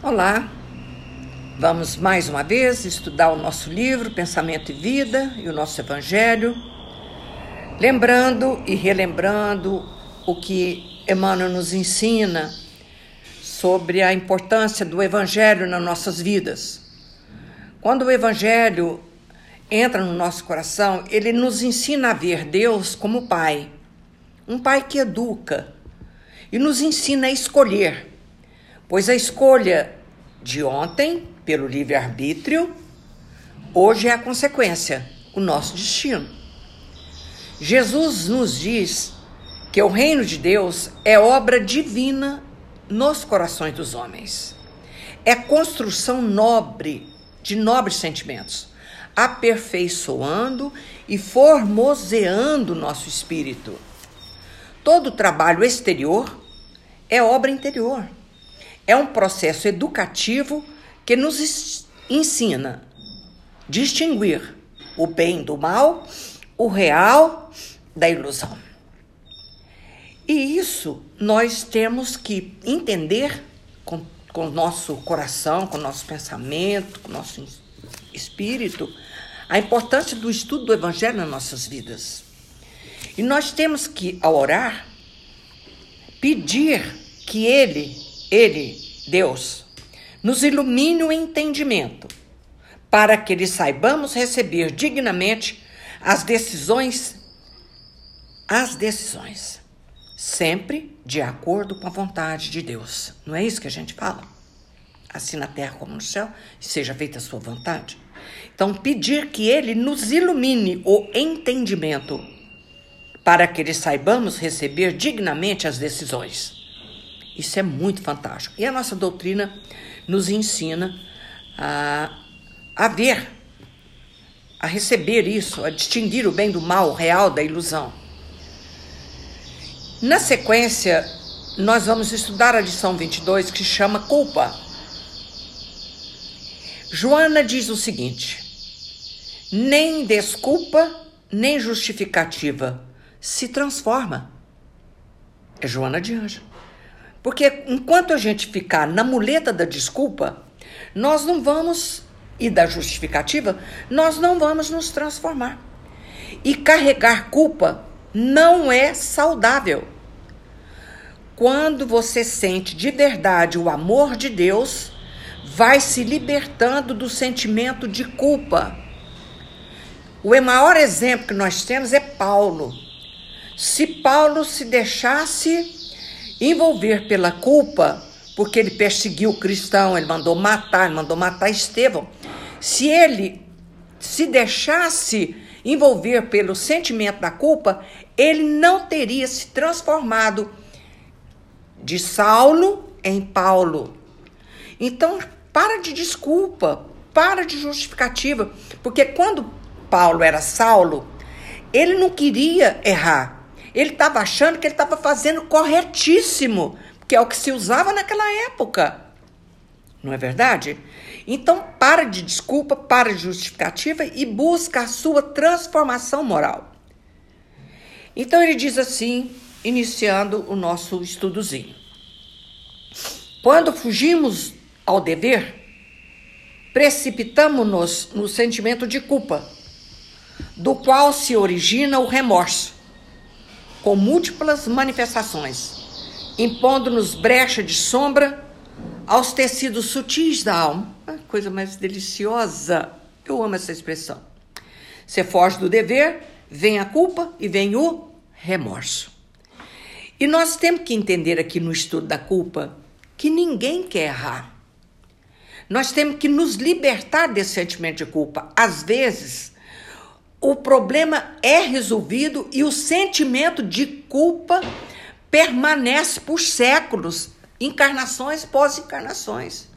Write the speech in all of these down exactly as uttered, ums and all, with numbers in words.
Olá, vamos mais uma vez estudar o nosso livro Pensamento e Vida e o nosso Evangelho, lembrando e relembrando o que Emmanuel nos ensina sobre a importância do Evangelho nas nossas vidas. Quando o Evangelho entra no nosso coração, ele nos ensina a ver Deus como Pai, um Pai que educa e nos ensina a escolher, pois a escolha de ontem, pelo livre-arbítrio, hoje é a consequência, o nosso destino. Jesus nos diz que o reino de Deus é obra divina nos corações dos homens. É construção nobre, de nobres sentimentos, aperfeiçoando e formoseando o nosso espírito. Todo trabalho exterior é obra interior. É um processo educativo que nos ensina a distinguir o bem do mal, o real da ilusão. E isso nós temos que entender com, com o nosso coração, com o nosso pensamento, com o nosso espírito, a importância do estudo do Evangelho nas nossas vidas. E nós temos que, ao orar, pedir que Ele... Ele, Deus, nos ilumine o entendimento para que lhe saibamos receber dignamente as decisões, as decisões, sempre de acordo com a vontade de Deus. Não é isso que a gente fala? Assim na terra como no céu, seja feita a sua vontade. Então, pedir que Ele nos ilumine o entendimento para que lhe saibamos receber dignamente as decisões. Isso é muito fantástico. E a nossa doutrina nos ensina a, a ver, a receber isso, a distinguir o bem do mal, o real da ilusão. Na sequência, nós vamos estudar a lição vinte e dois, que chama culpa. Joana diz o seguinte: nem desculpa, nem justificativa se transforma. É Joana de Ângeles. Porque enquanto a gente ficar na muleta da desculpa, nós não vamos, e da justificativa, nós não vamos nos transformar. E carregar culpa não é saudável. Quando você sente de verdade o amor de Deus, vai se libertando do sentimento de culpa. O maior exemplo que nós temos é Paulo. Se Paulo se deixasse envolver pela culpa, porque ele perseguiu o cristão, ele mandou matar, ele mandou matar Estevão. Se ele se deixasse envolver pelo sentimento da culpa, ele não teria se transformado de Saulo em Paulo. Então, para de desculpa, para de justificativa, porque quando Paulo era Saulo, ele não queria errar. Ele estava achando que ele estava fazendo corretíssimo, que é o que se usava naquela época. Não é verdade? Então, para de desculpa, para de justificativa e busca a sua transformação moral. Então, ele diz assim, iniciando o nosso estudozinho. Quando fugimos ao dever, precipitamo-nos no sentimento de culpa, do qual se origina o remorso, com múltiplas manifestações, impondo-nos brecha de sombra aos tecidos sutis da alma. Ah, coisa mais deliciosa. Eu amo essa expressão. Você foge do dever, vem a culpa e vem o remorso. E nós temos que entender aqui no estudo da culpa que ninguém quer errar. Nós temos que nos libertar desse sentimento de culpa. Às vezes, o problema é resolvido e o sentimento de culpa permanece por séculos, encarnações pós-encarnações.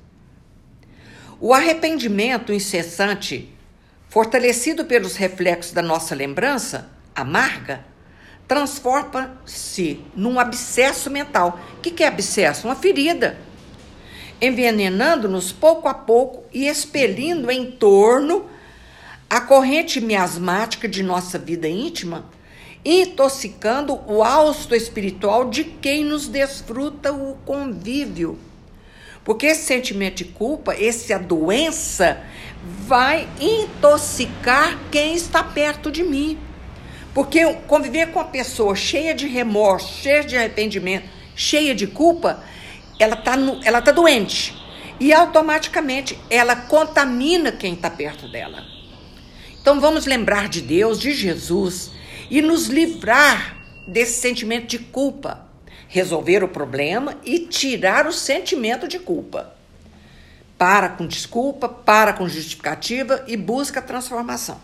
O arrependimento incessante, fortalecido pelos reflexos da nossa lembrança amarga, transforma-se num abscesso mental. O que é abscesso? Uma ferida, envenenando-nos pouco a pouco e expelindo em torno a corrente miasmática de nossa vida íntima, intoxicando o hausto espiritual de quem nos desfruta o convívio. Porque esse sentimento de culpa, essa doença, vai intoxicar quem está perto de mim. Porque conviver com uma pessoa cheia de remorso, cheia de arrependimento, cheia de culpa, ela está ela tá doente. E automaticamente ela contamina quem está perto dela. Então vamos lembrar de Deus, de Jesus, e nos livrar desse sentimento de culpa. Resolver o problema e tirar o sentimento de culpa. Para com desculpa, para com justificativa e busca a transformação.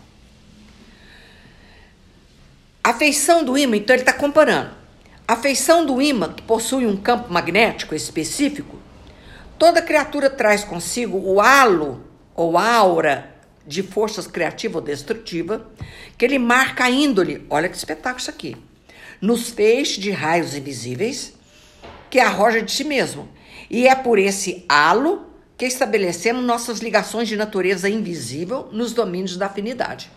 A feição do ímã, então ele está comparando. A feição do ímã, que possui um campo magnético específico, toda criatura traz consigo o halo ou aura de forças criativa ou destrutiva, que ele marca a índole, olha que espetáculo isso aqui, nos feixes de raios invisíveis, que arroja de si mesmo. E é por esse halo que estabelecemos nossas ligações de natureza invisível nos domínios da afinidade.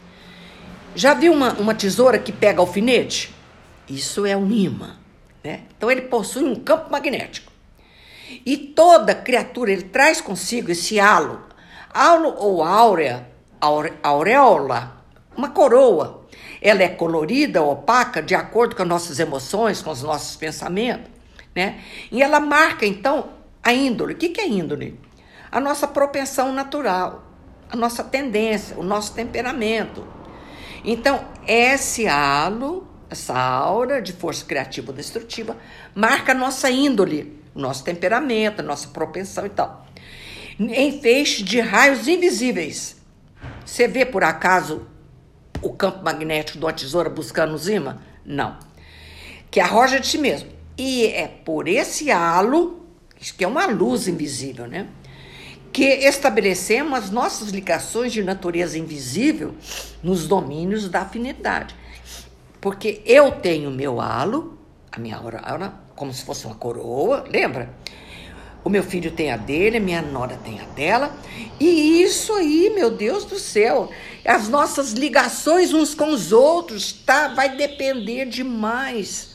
Já viu uma, uma tesoura que pega alfinete? Isso é um ímã, né? Então ele possui um campo magnético. E toda criatura, ele traz consigo esse halo, halo ou áurea, aure, auréola, uma coroa. Ela é colorida, opaca, de acordo com as nossas emoções, com os nossos pensamentos, né? E ela marca, então, a índole. O que é índole? A nossa propensão natural, a nossa tendência, o nosso temperamento. Então, esse halo, essa aura de força criativa ou destrutiva, marca a nossa índole, o nosso temperamento, a nossa propensão e tal. Em feixes de raios invisíveis. Você vê, por acaso, o campo magnético de uma tesoura buscando os ímãs? Não. Que arroja de si mesmo. E é por esse halo, que é uma luz invisível, né? Que estabelecemos as nossas ligações de natureza invisível nos domínios da afinidade. Porque eu tenho meu halo, a minha aura, como se fosse uma coroa, lembra? O meu filho tem a dele, a minha nora tem a dela. E isso aí, meu Deus do céu, as nossas ligações uns com os outros, tá? Vai depender demais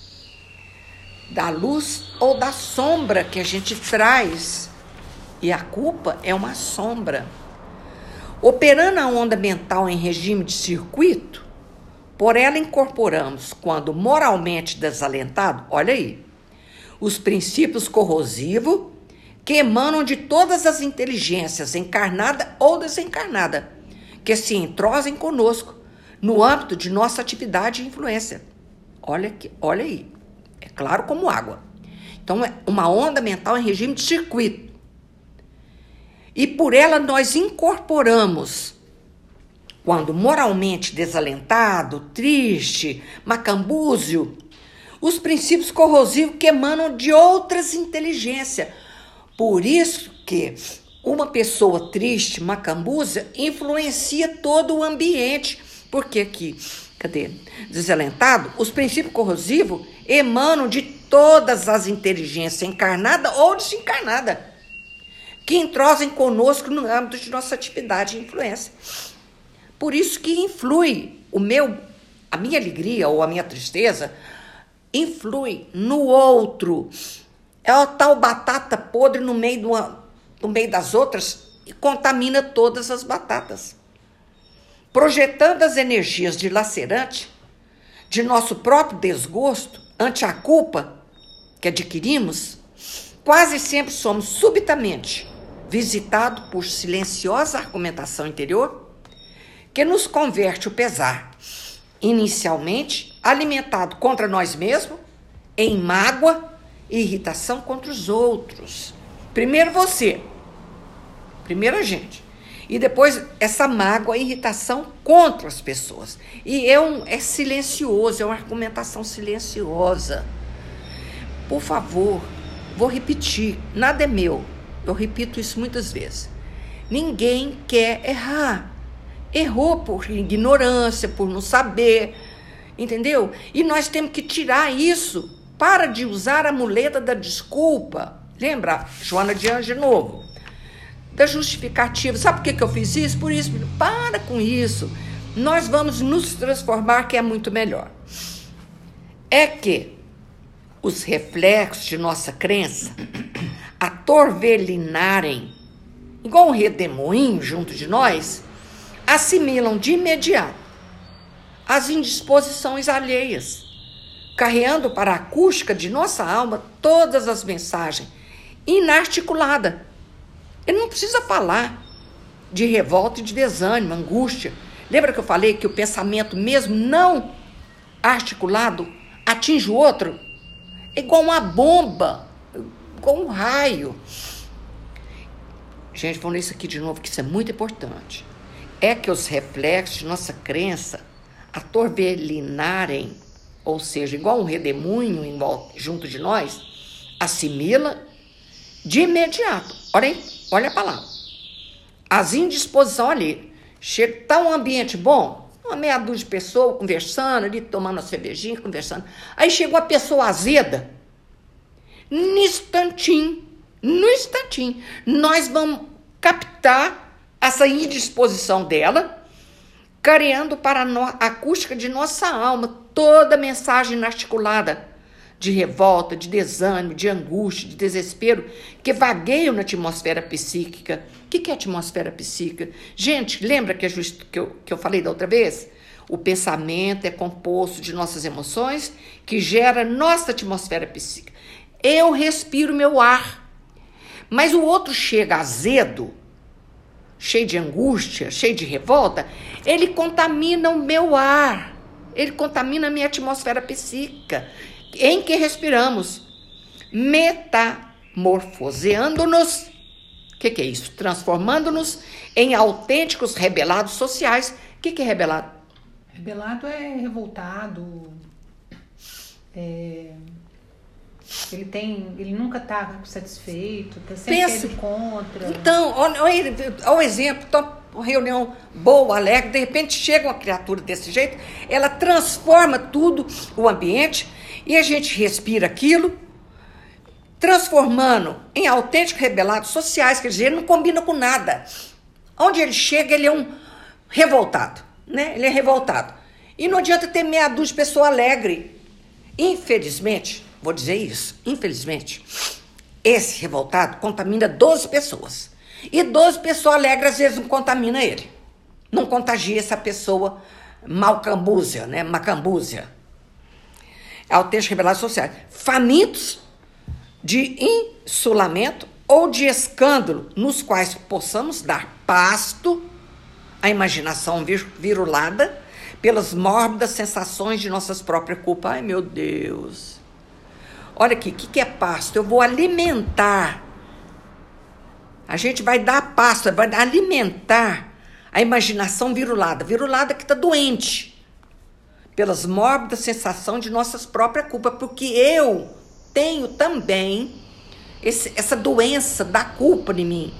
da luz ou da sombra que a gente traz. E a culpa é uma sombra. Operando a onda mental em regime de circuito, por ela incorporamos, quando moralmente desalentado, olha aí, os princípios corrosivos que emanam de todas as inteligências, encarnada ou desencarnada, que se entrosem conosco no âmbito de nossa atividade e influência. Olha, aqui, olha aí, é claro como água. Então, é uma onda mental em regime de circuito. E por ela nós incorporamos, quando moralmente desalentado, triste, macambúzio, os princípios corrosivos que emanam de outras inteligências. Por isso que uma pessoa triste, macambúzia, influencia todo o ambiente. Porque aqui, cadê? Desalentado, os princípios corrosivos emanam de todas as inteligências, encarnada ou desencarnada, que entrosem conosco no âmbito de nossa atividade e influência. Por isso que influi o meu, a minha alegria ou a minha tristeza, influi no outro. É a tal batata podre no meio, de uma, no meio das outras e contamina todas as batatas. Projetando as energias dilacerantes de nosso próprio desgosto ante a culpa que adquirimos, quase sempre somos subitamente visitados por silenciosa argumentação interior que nos converte o pesar, inicialmente alimentado contra nós mesmos, em mágoa e irritação contra os outros. Primeiro você, primeiro a gente, e depois essa mágoa e irritação contra as pessoas. E é, um, é silencioso, é uma argumentação silenciosa. Por favor, vou repetir, nada é meu. Eu repito isso muitas vezes. Ninguém quer errar. Errou por ignorância, por não saber, entendeu? E nós temos que tirar isso. Para de usar a muleta da desculpa. Lembra, Joana de Anjos de novo? Da justificativa. Sabe por que, que eu fiz isso? Por isso. Para com isso. Nós vamos nos transformar, que é muito melhor. É que os reflexos de nossa crença atorvelinarem, igual um redemoinho junto de nós, assimilam de imediato as indisposições alheias, carreando para a acústica de nossa alma todas as mensagens, inarticulada. Ele não precisa falar de revolta e de desânimo, angústia. Lembra que eu falei que o pensamento mesmo não articulado atinge o outro? É igual uma bomba, igual um raio. Gente, vamos ler isso aqui de novo, que isso é muito importante. É que os reflexos de nossa crença atorvelinarem, ou seja, igual um redemoinho em volta, junto de nós, assimila de imediato. Olha aí, olha a palavra. As indisposições ali. Chega, tá um ambiente bom, uma meia dúzia de pessoas conversando ali, tomando uma cervejinha, conversando. Aí chega uma pessoa azeda. No instantinho, no instantinho, nós vamos captar essa indisposição dela, careando para a acústica de nossa alma toda a mensagem inarticulada de revolta, de desânimo, de angústia, de desespero, que vagueiam na atmosfera psíquica. O que é atmosfera psíquica? Gente, lembra que, que, eu, que eu falei da outra vez? O pensamento é composto de nossas emoções, que gera nossa atmosfera psíquica. Eu respiro meu ar, mas o outro chega azedo, cheio de angústia, cheio de revolta, ele contamina o meu ar, ele contamina a minha atmosfera psíquica, em que respiramos, metamorfoseando-nos. O que, que é isso? Transformando-nos em autênticos rebelados sociais. O que, que é rebelado? Rebelado é revoltado. É... Ele tem, ele nunca está satisfeito, está sempre Pensa, indo contra. Então, olha, olha o exemplo, então, uma reunião boa, alegre, de repente chega uma criatura desse jeito, ela transforma tudo, o ambiente, e a gente respira aquilo, transformando em autênticos rebelados sociais, quer dizer, ele não combina com nada. Onde ele chega, ele é um revoltado, né? Ele é revoltado. E não adianta ter meia dúzia de pessoa alegre. Infelizmente, vou dizer isso, infelizmente, esse revoltado contamina doze pessoas. E doze pessoas alegres, às vezes, não contamina ele. Não contagia essa pessoa malcambúzia, né? Macambúzia. Autênticos rebelados sociais. Famintos de insulamento ou de escândalo, nos quais possamos dar pasto à imaginação virulada pelas mórbidas sensações de nossas próprias culpas. Ai, meu Deus! Olha aqui, o que, que é pasto? Eu vou alimentar. A gente vai dar pasto, vai alimentar a imaginação virulada. Virulada que está doente. Pelas mórbidas sensações de nossas próprias culpas. Porque eu tenho também esse, essa doença da culpa em mim.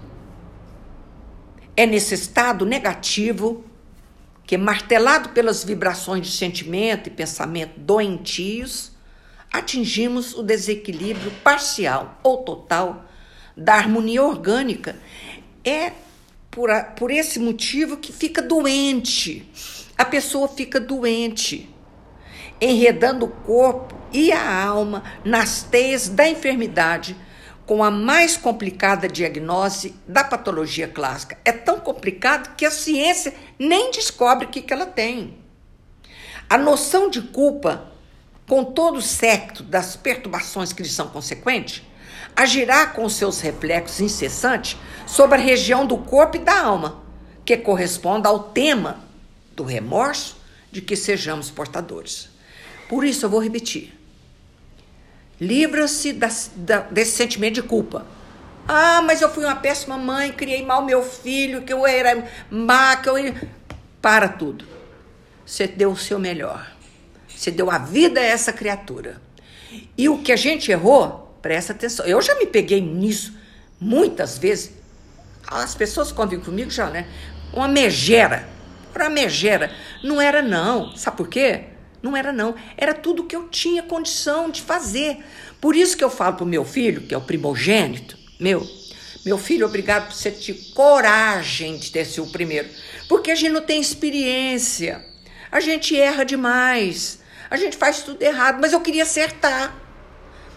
É nesse estado negativo que, martelado pelas vibrações de sentimento e pensamento doentios, atingimos o desequilíbrio parcial ou total da harmonia orgânica. É por, a, por esse motivo que fica doente. A pessoa fica doente, enredando o corpo e a alma nas teias da enfermidade, com a mais complicada diagnose da patologia clássica. É tão complicado que a ciência nem descobre o que, que ela tem. A noção de culpa, com todo o séquito das perturbações que lhe são consequentes, agirá com seus reflexos incessantes sobre a região do corpo e da alma, que corresponde ao tema do remorso de que sejamos portadores. Por isso eu vou repetir. Livra-se da, da, desse sentimento de culpa. Ah, mas eu fui uma péssima mãe, criei mal meu filho, que eu era má, que eu era... Para tudo. Você deu o seu melhor. Você deu a vida a essa criatura. E o que a gente errou, presta atenção. Eu já me peguei nisso muitas vezes. As pessoas que convivem comigo já, né? Uma megera. Uma megera. Não era não. Sabe por quê? Não era não. Era tudo que eu tinha condição de fazer. Por isso que eu falo pro meu filho, que é o primogênito, meu, meu filho, obrigado por você ter coragem de ter sido o primeiro. Porque a gente não tem experiência. A gente erra demais. A gente faz tudo errado, mas eu queria acertar. Tá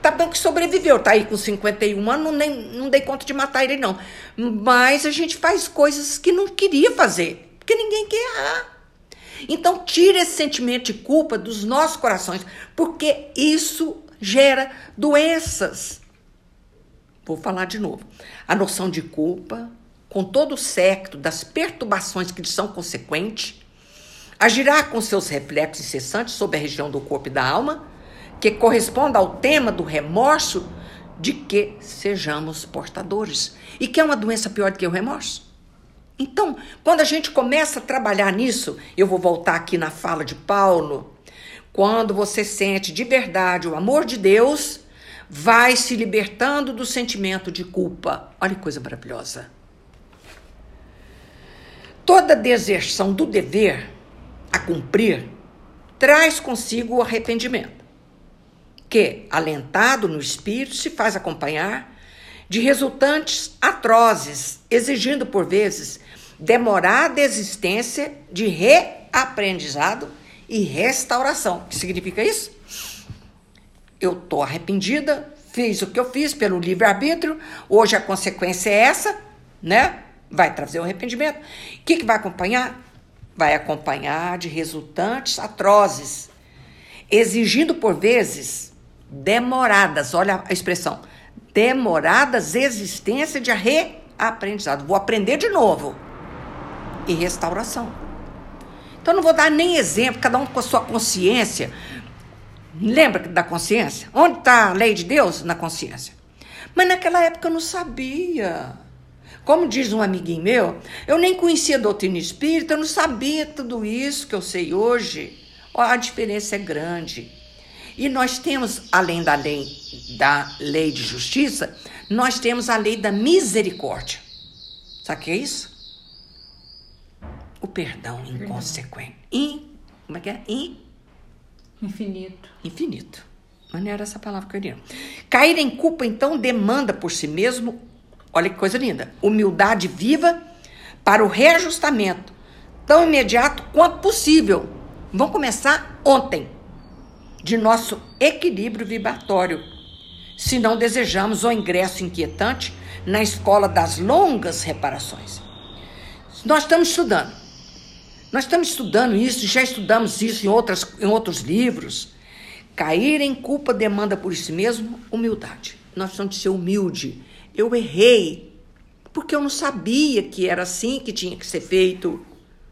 Tá bom que sobreviveu, tá aí com cinquenta e um anos, não, nem, não dei conta de matar ele, não. Mas a gente faz coisas que não queria fazer, porque ninguém quer errar. Então, tira esse sentimento de culpa dos nossos corações, porque isso gera doenças. Vou falar de novo. A noção de culpa, com todo o séquito das perturbações que lhe são consequentes, agirá com seus reflexos incessantes sobre a região do corpo e da alma, que corresponde ao tema do remorso de que sejamos portadores. E que é uma doença pior do que o remorso. Então, quando a gente começa a trabalhar nisso, eu vou voltar aqui na fala de Paulo, quando você sente de verdade o amor de Deus, vai se libertando do sentimento de culpa. Olha que coisa maravilhosa. Toda deserção do dever a cumprir traz consigo o arrependimento, que, alentado no espírito, se faz acompanhar de resultantes atrozes, exigindo, por vezes, demorada existência de reaprendizado e restauração. O que significa isso? Eu estou arrependida, fiz o que eu fiz pelo livre-arbítrio, hoje a consequência é essa, né? Vai trazer o arrependimento. O que, que vai acompanhar? Vai acompanhar de resultantes atrozes, exigindo, por vezes, demoradas, olha a expressão, demoradas existência de reaprendizado. Vou aprender de novo. E restauração. Então, não vou dar nem exemplo, cada um com a sua consciência. Lembra da consciência? Onde está a lei de Deus? Na consciência. Mas naquela época eu não sabia. Como diz um amiguinho meu, eu nem conhecia a doutrina espírita, eu não sabia tudo isso que eu sei hoje. A diferença é grande. E nós temos, além da lei, da lei de justiça, nós temos a lei da misericórdia. Sabe o que é isso? O perdão inconsequente. In, como é que é? In, Infinito. Infinito. Mas não era essa palavra que eu queria. Cair em culpa, então, demanda por si mesmo, olha que coisa linda, humildade viva para o reajustamento, tão imediato quanto possível. Vamos começar ontem, de nosso equilíbrio vibratório, se não desejamos o ingresso inquietante na escola das longas reparações. Nós estamos estudando. Nós estamos estudando isso, já estudamos isso em, outras, em outros livros. Cair em culpa demanda por si mesmo humildade. Nós precisamos de ser humilde. Eu errei, porque eu não sabia que era assim que tinha que ser feito.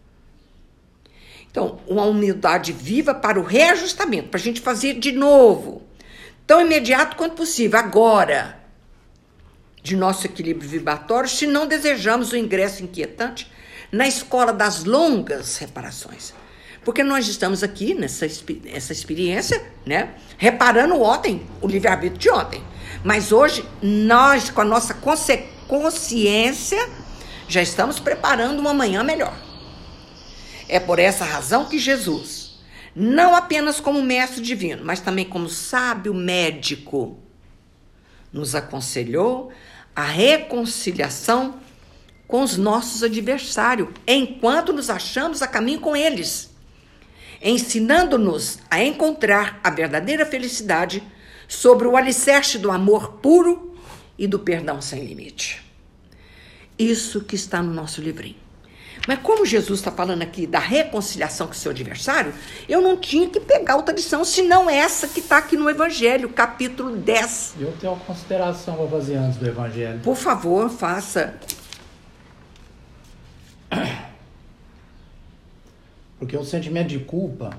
Então, uma humildade viva para o reajustamento, para a gente fazer de novo, tão imediato quanto possível, agora, de nosso equilíbrio vibratório, se não desejamos o ingresso inquietante na escola das longas reparações. Porque nós estamos aqui nessa essa experiência, né, reparando ontem, o livre-arbítrio de ontem. Mas hoje, nós, com a nossa consciência, já estamos preparando uma manhã melhor. É por essa razão que Jesus, não apenas como mestre divino, mas também como sábio médico, nos aconselhou a reconciliação com os nossos adversários, enquanto nos achamos a caminho com eles, ensinando-nos a encontrar a verdadeira felicidade sobre o alicerce do amor puro e do perdão sem limite. Isso que está no nosso livrinho. Mas como Jesus está falando aqui da reconciliação com o seu adversário, eu não tinha que pegar outra lição, senão essa que está aqui no Evangelho, capítulo dez. Eu tenho uma consideração para fazer antes do Evangelho. Por favor, faça. Porque o sentimento de culpa,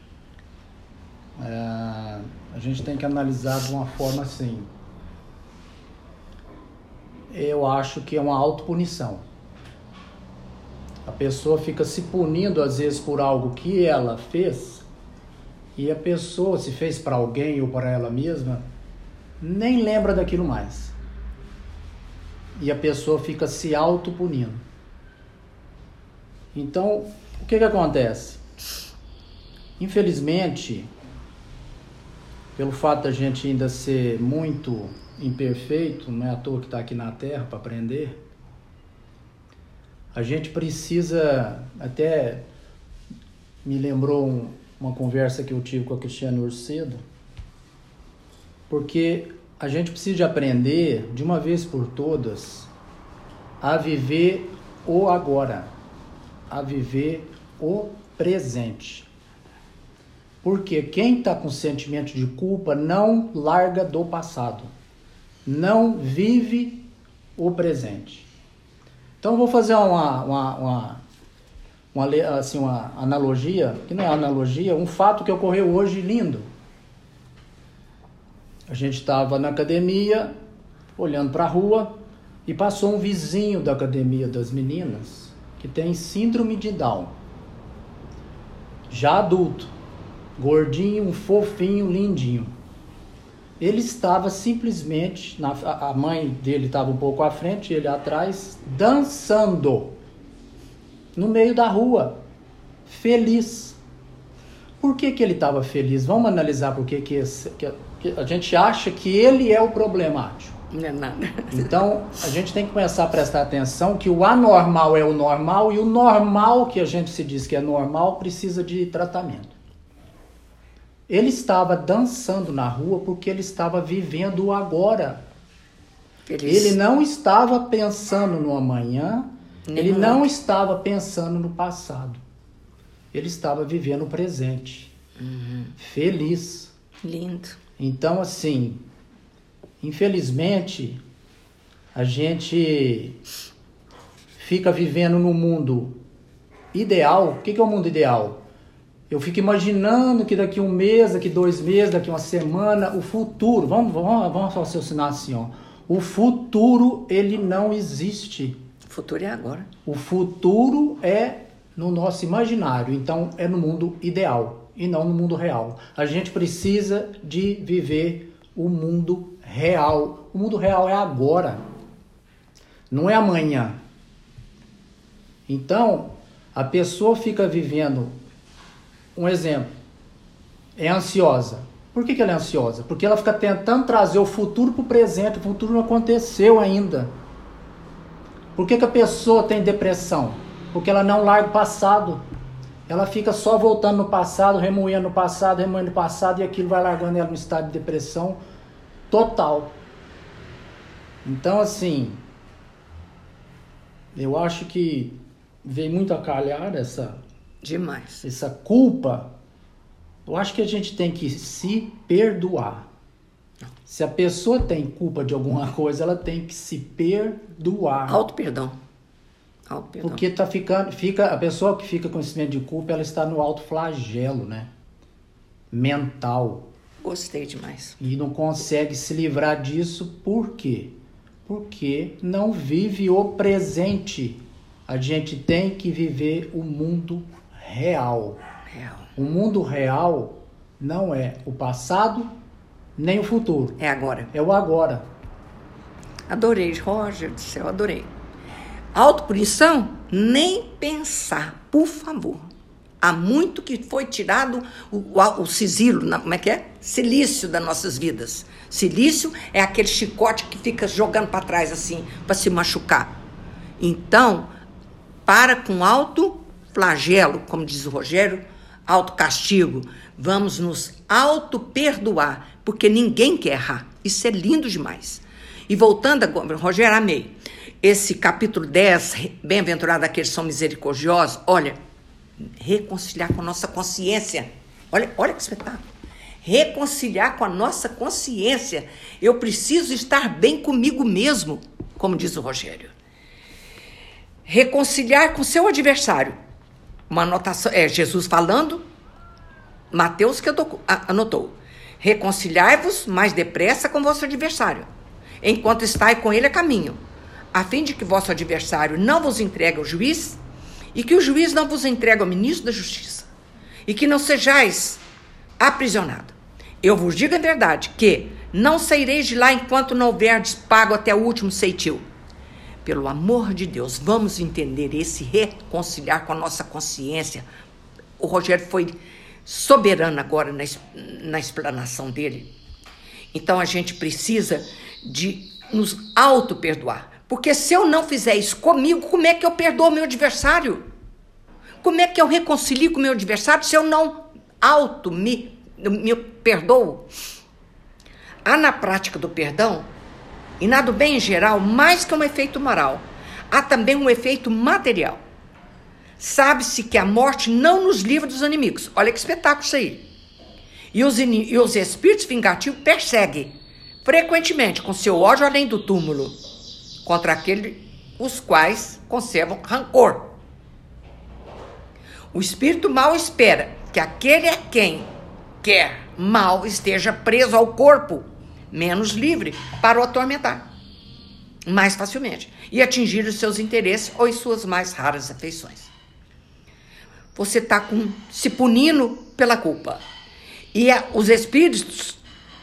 é, a gente tem que analisar de uma forma assim. Eu acho que é uma autopunição. A pessoa fica se punindo, às vezes, por algo que ela fez, e a pessoa, se fez para alguém ou para ela mesma, nem lembra daquilo mais. E a pessoa fica se autopunindo. Então, o que que acontece? Infelizmente, pelo fato da gente ainda ser muito imperfeito, não é à toa que está aqui na Terra para aprender, a gente precisa, até me lembrou um, uma conversa que eu tive com a Cristiane Urcedo, Porque a gente precisa de aprender, de uma vez por todas, a viver o agora, a viver o presente. Porque quem está com sentimento de culpa não larga do passado, não vive o presente. Então, eu vou fazer uma, uma, uma, uma, assim, uma analogia, que não é analogia, um fato que ocorreu hoje lindo. A gente estava na academia, olhando para a rua, e passou um vizinho da academia das meninas, que tem síndrome de Down. Já adulto, gordinho, um fofinho, lindinho. Ele estava simplesmente, na, a mãe dele estava um pouco à frente, ele atrás, dançando, no meio da rua, feliz. Por que que ele estava feliz? Vamos analisar por que que, esse, que, que a gente acha que ele é o problemático. Não é nada. Então, a gente tem que começar a prestar atenção que o anormal é o normal e o normal que a gente se diz que é normal precisa de tratamento. Ele estava dançando na rua porque ele estava vivendo o agora. Feliz. Ele não estava pensando no amanhã, Nem ele não outro. estava pensando no passado. Ele estava vivendo o presente. Uhum. Feliz. Lindo. Então, assim, infelizmente, a gente fica vivendo no mundo ideal. O que é o mundo ideal? Eu fico imaginando que daqui um mês, daqui dois meses, daqui uma semana, o futuro, vamos, vamos, vamos raciocinar assim, ó. O futuro, ele não existe. O futuro é agora. O futuro é no nosso imaginário, então é no mundo ideal e não no mundo real. A gente precisa de viver o mundo real. O mundo real é agora, não é amanhã. Então, a pessoa fica vivendo... Um exemplo, é ansiosa. Por que que ela é ansiosa? Porque ela fica tentando trazer o futuro para o presente, o futuro não aconteceu ainda. Por que que a pessoa tem depressão? Porque ela não larga o passado. Ela fica só voltando no passado, remoendo no passado, remoendo no passado, e aquilo vai largando ela no estado de depressão total. Então, assim, eu acho que veio muito a calhar essa... Demais. Essa culpa, eu acho que a gente tem que se perdoar. Se a pessoa tem culpa de alguma coisa, ela tem que se perdoar. Auto-perdão. Auto-perdão. Porque tá ficando, fica, a pessoa que fica com esse sentimento de culpa, ela está no auto-flagelo, né? Mental. Gostei demais. E não consegue se livrar disso, por quê? Porque não vive o presente. A gente tem que viver o mundo real. Real. O mundo real não é o passado nem o futuro. É agora. É o agora. Adorei, Roger do céu, adorei. Autopunição? Nem pensar, por favor. Há muito que foi tirado o, o, o sigilo, como é que é? Silício das nossas vidas. Silício é aquele chicote que fica jogando para trás assim, para se machucar. Então, para com auto-flagelo, como diz o Rogério, auto-castigo. Vamos nos auto-perdoar, porque ninguém quer errar. Isso é lindo demais. E voltando agora, Rogério, amei. Esse capítulo dez, bem-aventurado aqueles que são misericordiosos, olha, reconciliar com a nossa consciência. Olha, olha que espetáculo. Reconciliar com a nossa consciência. Eu preciso estar bem comigo mesmo, como diz o Rogério. Reconciliar com seu adversário. Uma anotação, é Jesus falando, Mateus que anotou. Reconciliai-vos mais depressa com vosso adversário, enquanto estai com ele a caminho, a fim de que vosso adversário não vos entregue ao juiz, e que o juiz não vos entregue ao ministro da justiça, e que não sejais aprisionado. Eu vos digo a verdade, que não saireis de lá enquanto não houverdes pago até o último ceitil. Pelo amor de Deus, vamos entender esse reconciliar com a nossa consciência. O Rogério foi soberano agora na, na explanação dele. Então a gente precisa de nos auto-perdoar. Porque se eu não fizer isso comigo, como é que eu perdoo o meu adversário? Como é que eu reconcilio com o meu adversário se eu não auto me, me perdoo? Há na prática do perdão e na do bem em geral, mais que um efeito moral, há também um efeito material. Sabe-se que a morte não nos livra dos inimigos. Olha que espetáculo isso aí. E os, in... e os espíritos vingativos perseguem frequentemente com seu ódio além do túmulo contra aqueles os quais conservam rancor. O espírito mau espera que aquele a quem quer mal esteja preso ao corpo, menos livre para o atormentar mais facilmente e atingir os seus interesses ou as suas mais raras afeições. Você está se punindo pela culpa. E a, os espíritos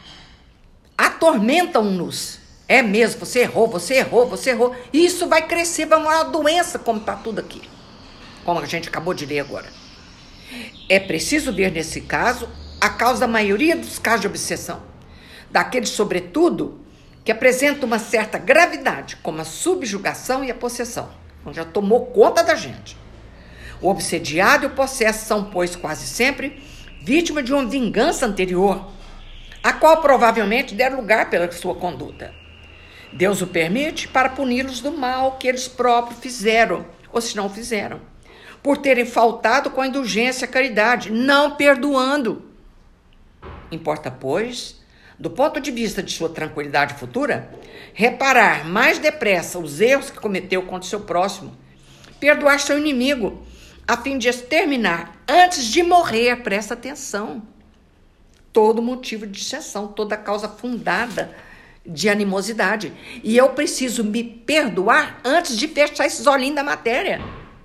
atormentam-nos. É mesmo, você errou, você errou, você errou. E isso vai crescer, vai uma doença, como está tudo aqui. Como a gente acabou de ler agora. É preciso ver, nesse caso, a causa da maioria dos casos de obsessão. Daqueles, sobretudo, que apresentam uma certa gravidade, como a subjugação e a possessão. Então, já tomou conta da gente. O obsediado e o possesso são, pois, quase sempre vítima de uma vingança anterior, a qual provavelmente der lugar pela sua conduta. Deus o permite para puni-los do mal que eles próprios fizeram, ou se não fizeram, por terem faltado com a indulgência e a caridade, não perdoando. Importa, pois, do ponto de vista de sua tranquilidade futura, reparar mais depressa os erros que cometeu contra o seu próximo, perdoar seu inimigo, a fim de exterminar antes de morrer. Presta atenção. Todo motivo de dissensão, toda causa fundada de animosidade. E eu preciso me perdoar antes de fechar esses olhinhos da matéria.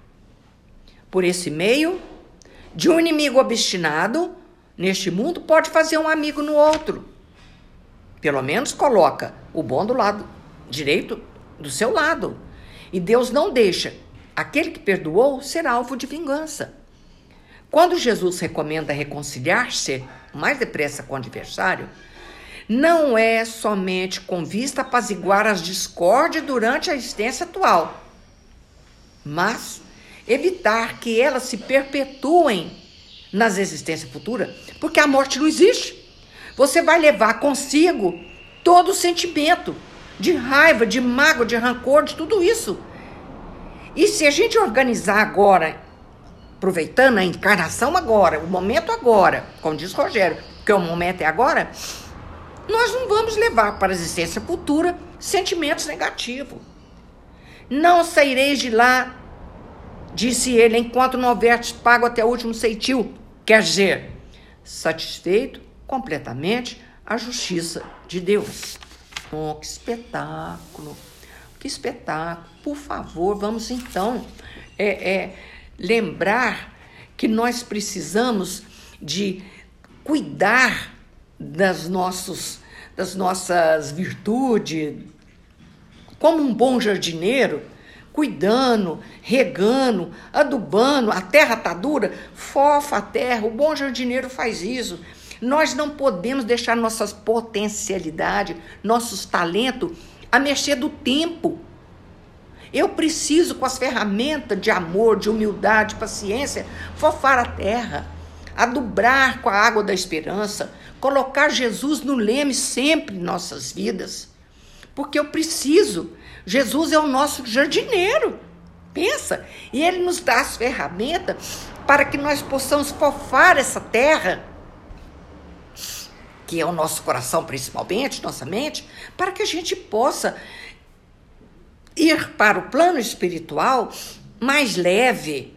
Por esse meio, de um inimigo obstinado neste mundo pode fazer um amigo no outro. Pelo menos coloca o bom do lado direito do seu lado. E Deus não deixa aquele que perdoou ser alvo de vingança. Quando Jesus recomenda reconciliar-se mais depressa com o adversário, não é somente com vista a apaziguar as discórdias durante a existência atual, mas evitar que elas se perpetuem nas existências futuras, porque a morte não existe. Você vai levar consigo todo o sentimento de raiva, de mágoa, de rancor, de tudo isso. E se a gente organizar agora, aproveitando a encarnação agora, o momento agora, como diz Rogério, que o momento é agora, nós não vamos levar para a existência futura sentimentos negativos. Não saireis de lá, disse ele, enquanto não houver pago até o último ceitil. Quer dizer, satisfeito completamente a justiça de Deus. Oh, que espetáculo! Que espetáculo! Por favor, vamos então é, é, lembrar que nós precisamos de cuidar das, nossos, das nossas virtudes, como um bom jardineiro, cuidando, regando, adubando. A terra está dura, fofa a terra, o bom jardineiro faz isso. Nós não podemos deixar nossas potencialidades, nossos talentos à mercê do tempo. Eu preciso, com as ferramentas de amor, de humildade, de paciência, fofar a terra, adubrar com a água da esperança, colocar Jesus no leme sempre em nossas vidas. Porque eu preciso. Jesus é o nosso jardineiro. Pensa. E ele nos dá as ferramentas para que nós possamos fofar essa terra, que é o nosso coração principalmente, nossa mente, para que a gente possa ir para o plano espiritual mais leve,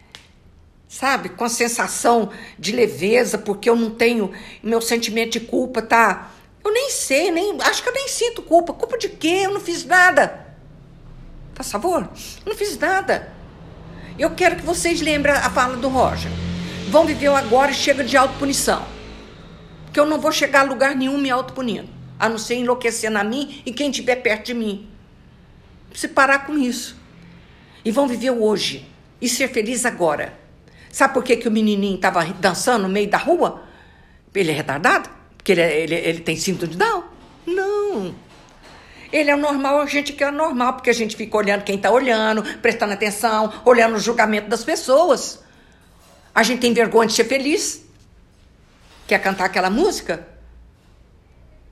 sabe? Com a sensação de leveza, porque eu não tenho, meu sentimento de culpa tá... Eu nem sei, nem, acho que eu nem sinto culpa. Culpa de quê? Eu não fiz nada. Por favor? Eu não fiz nada. Eu quero que vocês lembrem a fala do Roger. Vão viver o agora e chega de autopunição. Que eu não vou chegar a lugar nenhum me autopunindo, a não ser enlouquecendo a mim e quem estiver perto de mim. Preciso parar com isso. E vão viver o hoje e ser feliz agora. Sabe por que, que o menininho estava dançando no meio da rua? Ele é retardado? Porque ele, ele, ele tem síndrome de Down? Não. Ele é o normal, a gente que é normal, porque a gente fica olhando quem está olhando, prestando atenção, olhando o julgamento das pessoas. A gente tem vergonha de ser feliz. Quer cantar aquela música?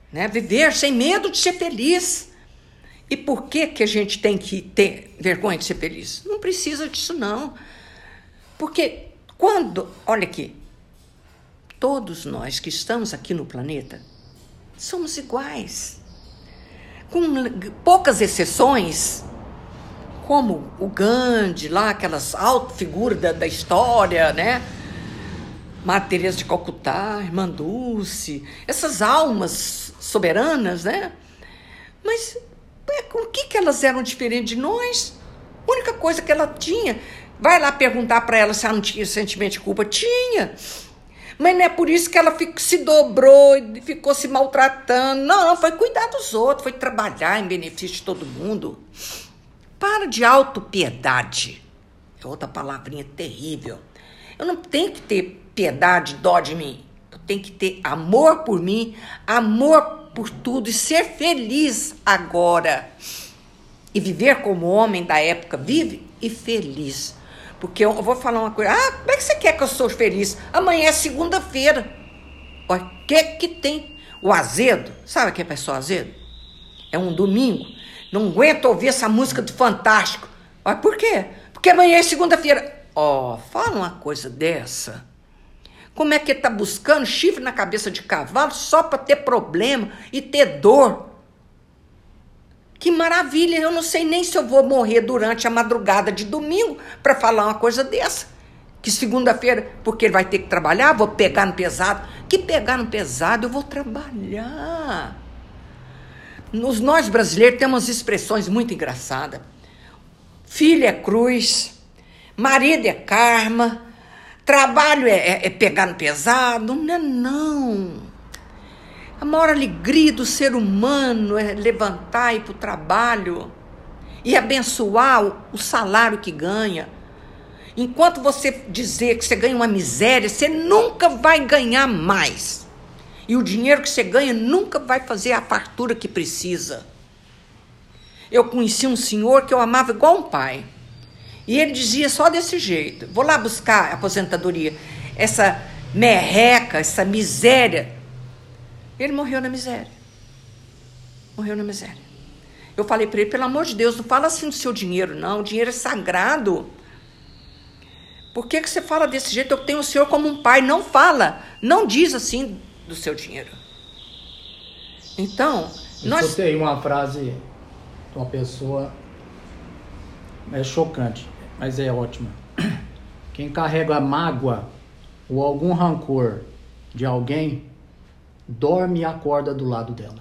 né? Viver sem medo de ser feliz. E por que que a gente tem que ter vergonha de ser feliz? Não precisa disso, não. Porque quando, olha aqui, todos nós que estamos aqui no planeta somos iguais. Com poucas exceções, como o Gandhi, lá, aquelas altas figuras da, da história, né? Madre Teresa de Calcutá, Irmã Dulce, essas almas soberanas, né? Mas o que que elas eram diferentes de nós? A única coisa que ela tinha, vai lá perguntar para ela se ela não tinha sentimento de culpa. Tinha. Mas não é por isso que ela fico, se dobrou e ficou se maltratando. Não, não, foi cuidar dos outros, foi trabalhar em benefício de todo mundo. Para de autopiedade. É outra palavrinha terrível. Eu não tenho que ter piedade, dó de mim. Eu tenho que ter amor por mim, amor por tudo e ser feliz agora. E viver como o homem da época vive e feliz. Porque eu vou falar uma coisa. Ah, como é que você quer que eu sou feliz? Amanhã é segunda-feira. Olha, o que que tem? O azedo. Sabe o que é pessoa azedo? É um domingo. Não aguento ouvir essa música do Fantástico. Olha, por quê? Porque amanhã é segunda-feira. Ó, oh, fala uma coisa dessa. Como é que ele está buscando chifre na cabeça de cavalo só para ter problema e ter dor? Que maravilha, eu não sei nem se eu vou morrer durante a madrugada de domingo para falar uma coisa dessa. Que segunda-feira, porque ele vai ter que trabalhar, vou pegar no pesado. Que pegar no pesado? Eu vou trabalhar. Nos, nós brasileiros temos umas expressões muito engraçadas. Filho é cruz, marido é karma, trabalho é, é, é pegar no pesado. Não é não. A maior alegria do ser humano é levantar e ir para o trabalho e abençoar o, o salário que ganha. Enquanto você dizer que você ganha uma miséria, você nunca vai ganhar mais. E o dinheiro que você ganha nunca vai fazer a fartura que precisa. Eu conheci um senhor que eu amava igual um pai. E ele dizia só desse jeito: vou lá buscar a aposentadoria. Essa merreca, essa miséria. Ele morreu na miséria. Morreu na miséria. Eu falei para ele, pelo amor de Deus, não fala assim do seu dinheiro, não. O dinheiro é sagrado. Por que que você fala desse jeito? Eu tenho o senhor como um pai. Não fala. Não diz assim do seu dinheiro. Então, eu nós... Eu tenho uma frase de uma pessoa, é chocante, mas é ótima. Quem carrega mágoa ou algum rancor de alguém, dorme e acorda do lado dela.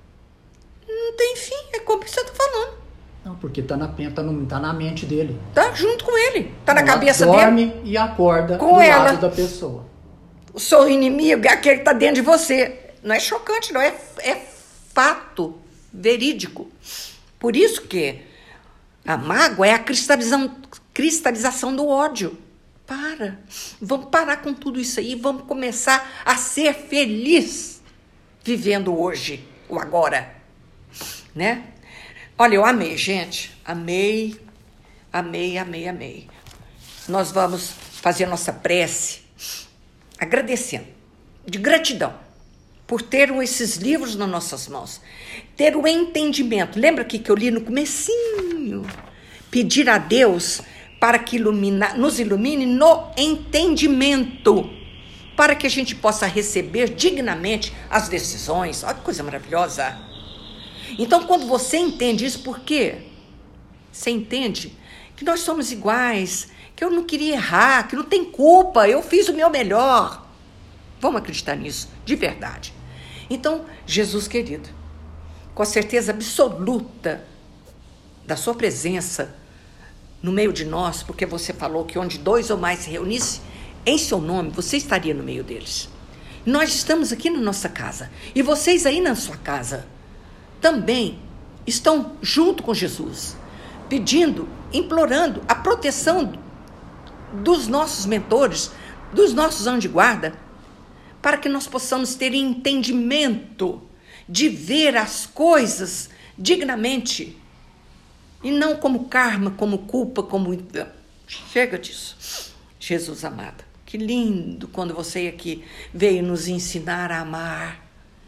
Não tem fim, é como você está falando. Não, porque tá na, tá, no, tá na mente dele. Tá junto com ele, tá na ela cabeça dorme dele. Dorme e acorda com do ela. lado da pessoa. O seu inimigo é aquele que tá dentro de você. Não é chocante, não, é, é fato verídico. Por isso que a mágoa é a cristalização, cristalização do ódio. Para, vamos parar com tudo isso aí, vamos começar a ser feliz vivendo hoje, o agora, né? Olha, eu amei, gente, amei, amei, amei, amei. Nós vamos fazer a nossa prece agradecendo, de gratidão, por ter esses livros nas nossas mãos, ter o entendimento. Lembra aqui que eu li no comecinho? Pedir a Deus para que ilumina, nos ilumine no entendimento, para que a gente possa receber dignamente as decisões. Olha que coisa maravilhosa. Então, quando você entende isso, por quê? Você entende que nós somos iguais, que eu não queria errar, que não tem culpa, eu fiz o meu melhor. Vamos acreditar nisso, de verdade. Então, Jesus querido, com a certeza absoluta da sua presença no meio de nós, porque você falou que onde dois ou mais se reunissem em seu nome, você estaria no meio deles. Nós estamos aqui na nossa casa, e vocês aí na sua casa também estão junto com Jesus, pedindo, implorando a proteção dos nossos mentores, dos nossos anjos de guarda, para que nós possamos ter entendimento de ver as coisas dignamente, e não como karma, como culpa, como... Chega disso. Jesus amado, que lindo quando você aqui veio nos ensinar a amar.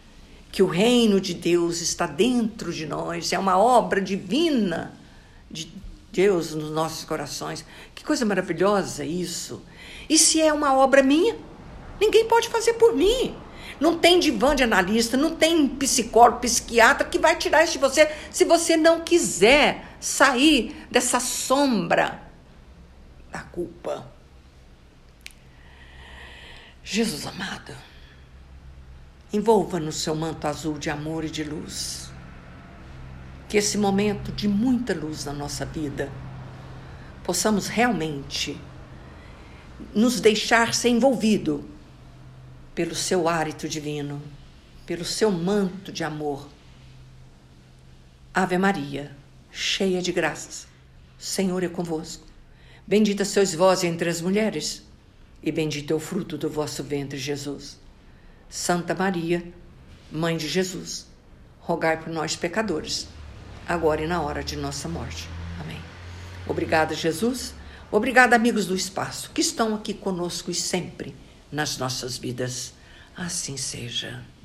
que o reino de Deus está dentro de nós, é uma obra divina de Deus nos nossos corações. Que coisa maravilhosa isso! E se é uma obra minha? Ninguém pode fazer por mim. Não tem divã de analista, não tem psicólogo, psiquiatra que vai tirar isso de você se você não quiser sair dessa sombra da culpa. Jesus amado, envolva no seu manto azul de amor e de luz. Que esse momento de muita luz na nossa vida, possamos realmente nos deixar ser envolvido pelo seu hálito divino, pelo seu manto de amor. Ave Maria, cheia de graças, o Senhor é convosco. Bendita sois vós entre as mulheres, e bendito é o fruto do vosso ventre, Jesus. Santa Maria, Mãe de Jesus, rogai por nós, pecadores, agora e na hora de nossa morte. Amém. Obrigada, Jesus. Obrigada, amigos do espaço, que estão aqui conosco e sempre nas nossas vidas. Assim seja.